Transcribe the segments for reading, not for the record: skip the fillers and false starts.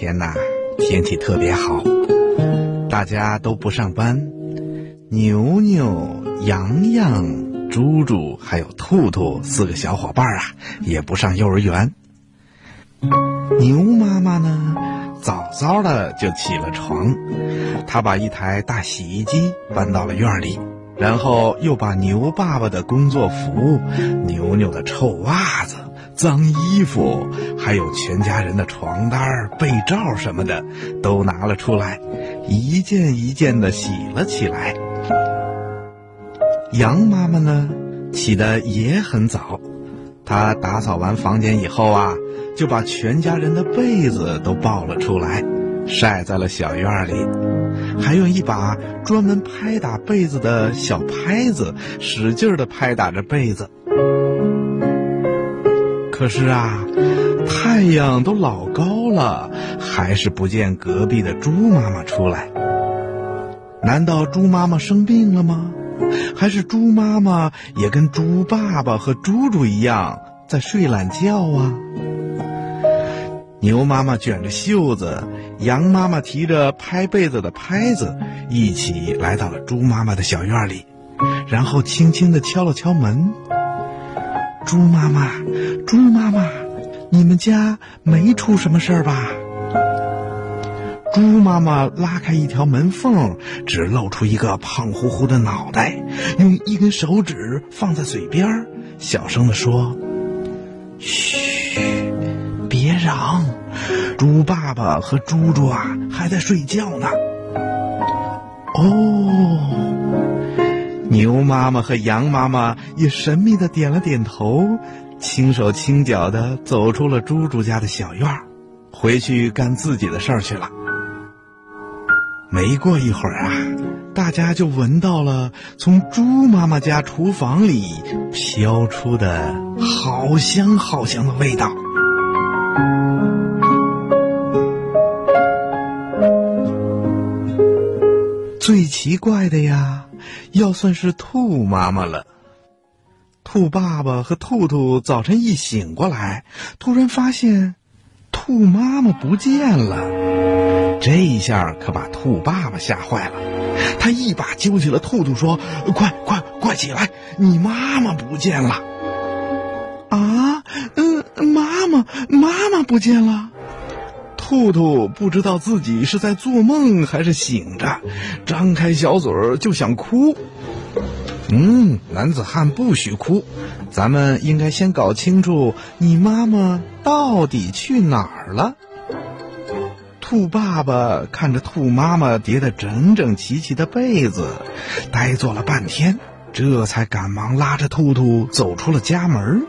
天呐，天气特别好，大家都不上班，牛牛、洋洋、猪猪还有兔兔4个小伙伴啊，也不上幼儿园。牛妈妈呢，早早的就起了床，她把一台大洗衣机搬到了院里，然后又把牛爸爸的工作服、牛牛的臭袜子、脏衣服，还有全家人的床单、被罩什么的都拿了出来，一件一件的洗了起来。羊妈妈呢，起得也很早，她打扫完房间以后啊，就把全家人的被子都抱了出来，晒在了小院里，还用一把专门拍打被子的小拍子使劲地拍打着被子。可是啊，太阳都老高了，还是不见隔壁的猪妈妈出来。难道猪妈妈生病了吗？还是猪妈妈也跟猪爸爸和猪猪一样在睡懒觉啊？牛妈妈卷着袖子，羊妈妈提着拍被子的拍子，一起来到了猪妈妈的小院里，然后轻轻地敲了敲门。猪妈妈，猪妈妈，你们家没出什么事儿吧？猪妈妈拉开一条门缝，只露出一个胖乎乎的脑袋，用一根手指放在嘴边，小声地说：嘘，别嚷，猪爸爸和猪猪啊还在睡觉呢。哦，牛妈妈和羊妈妈也神秘地点了点头，轻手轻脚地走出了猪猪家的小院，回去干自己的事儿去了。没过一会儿啊，大家就闻到了从猪妈妈家厨房里飘出的好香好香的味道。最奇怪的呀，要算是兔妈妈了。兔爸爸和兔兔早晨一醒过来，突然发现兔妈妈不见了，这一下可把兔爸爸吓坏了。他一把揪起了兔兔说：快起来，你妈妈不见了。啊，妈妈不见了。兔兔不知道自己是在做梦还是醒着，张开小嘴儿就想哭。男子汉不许哭，咱们应该先搞清楚你妈妈到底去哪儿了。兔爸爸看着兔妈妈叠得整整齐齐的被子，呆坐了半天，这才赶忙拉着兔兔走出了家门。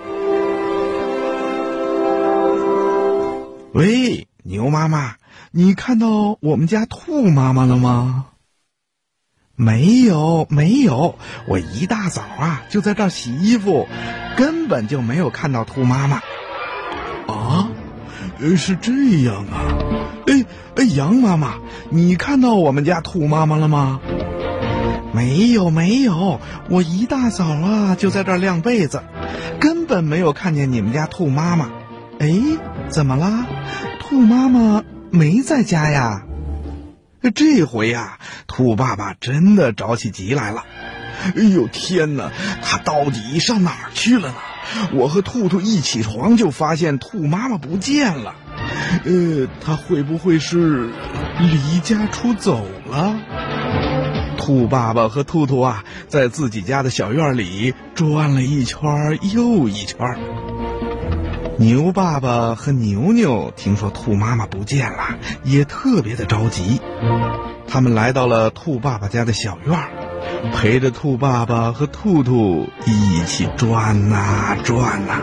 喂，牛妈妈，你看到我们家兔妈妈了吗？没有，我一大早啊就在这儿洗衣服，根本就没有看到兔妈妈。啊，是这样啊。羊妈妈，你看到我们家兔妈妈了吗？没有，我一大早啊就在这儿晾被子，根本没有看见你们家兔妈妈。怎么啦？兔妈妈没在家呀？这回呀，兔爸爸真的着起急来了。哎呦天哪，他到底上哪儿去了呢？我和兔兔一起床就发现兔妈妈不见了。他会不会是离家出走了？兔爸爸和兔兔啊，在自己家的小院里转了一圈又一圈。牛爸爸和牛牛听说兔妈妈不见了，也特别的着急。他们来到了兔爸爸家的小院，陪着兔爸爸和兔兔一起转啊转啊。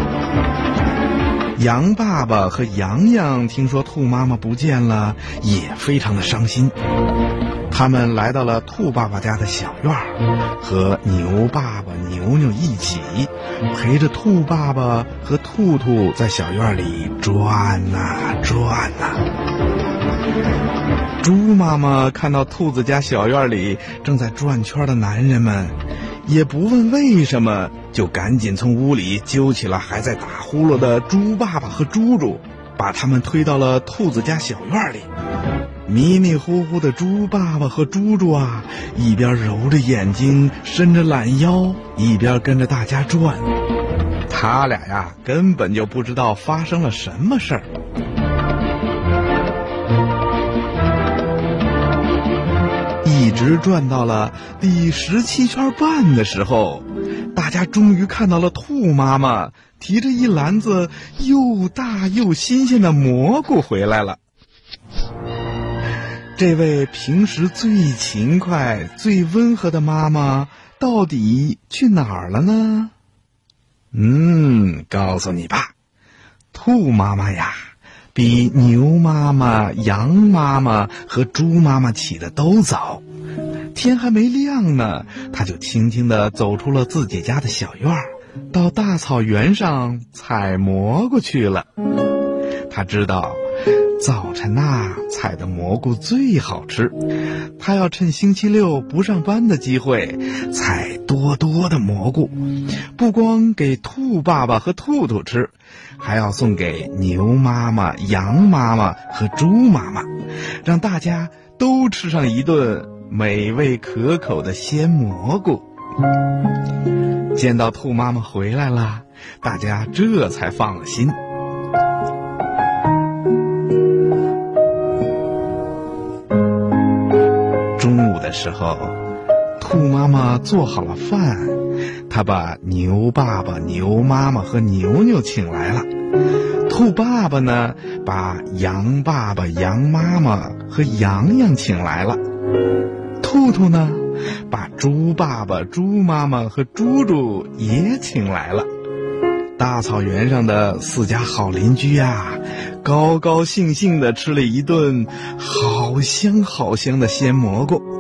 羊爸爸和洋洋听说兔妈妈不见了，也非常的伤心。他们来到了兔爸爸家的小院，和牛爸爸、牛牛一起陪着兔爸爸和兔兔在小院里转啊转啊。猪妈妈看到兔子家小院里正在转圈的男人们，也不问为什么，就赶紧从屋里揪起了还在打呼噜的猪爸爸和猪猪，把把他们推到了兔子家小院里。迷迷糊糊的猪爸爸和猪猪啊，一边揉着眼睛伸着懒腰，一边跟着大家转。他俩呀，根本就不知道发生了什么事儿。一直转到了第17圈半的时候，大家终于看到了兔妈妈提着一篮子又大又新鲜的蘑菇回来了。这位平时最勤快、最温和的妈妈到底去哪儿了呢？告诉你吧，兔妈妈呀，比牛妈妈、羊妈妈和猪妈妈起得都早。天还没亮呢，她就轻轻地走出了自己家的小院，到大草原上采蘑菇去了。她知道早晨采的蘑菇最好吃，她要趁星期六不上班的机会采多多的蘑菇，不光给兔爸爸和兔兔吃，还要送给牛妈妈、羊妈妈和猪妈妈，让大家都吃上一顿美味可口的鲜蘑菇。见到兔妈妈回来了，大家这才放了心。中午的时候，兔妈妈做好了饭，她把牛爸爸、牛妈妈和牛牛请来了。兔爸爸呢，把羊爸爸、羊妈妈和羊羊请来了。兔兔呢，把猪爸爸、猪妈妈和猪猪也请来了。大草原上的4家好邻居啊，高高兴兴地吃了一顿好香好香的鲜蘑菇。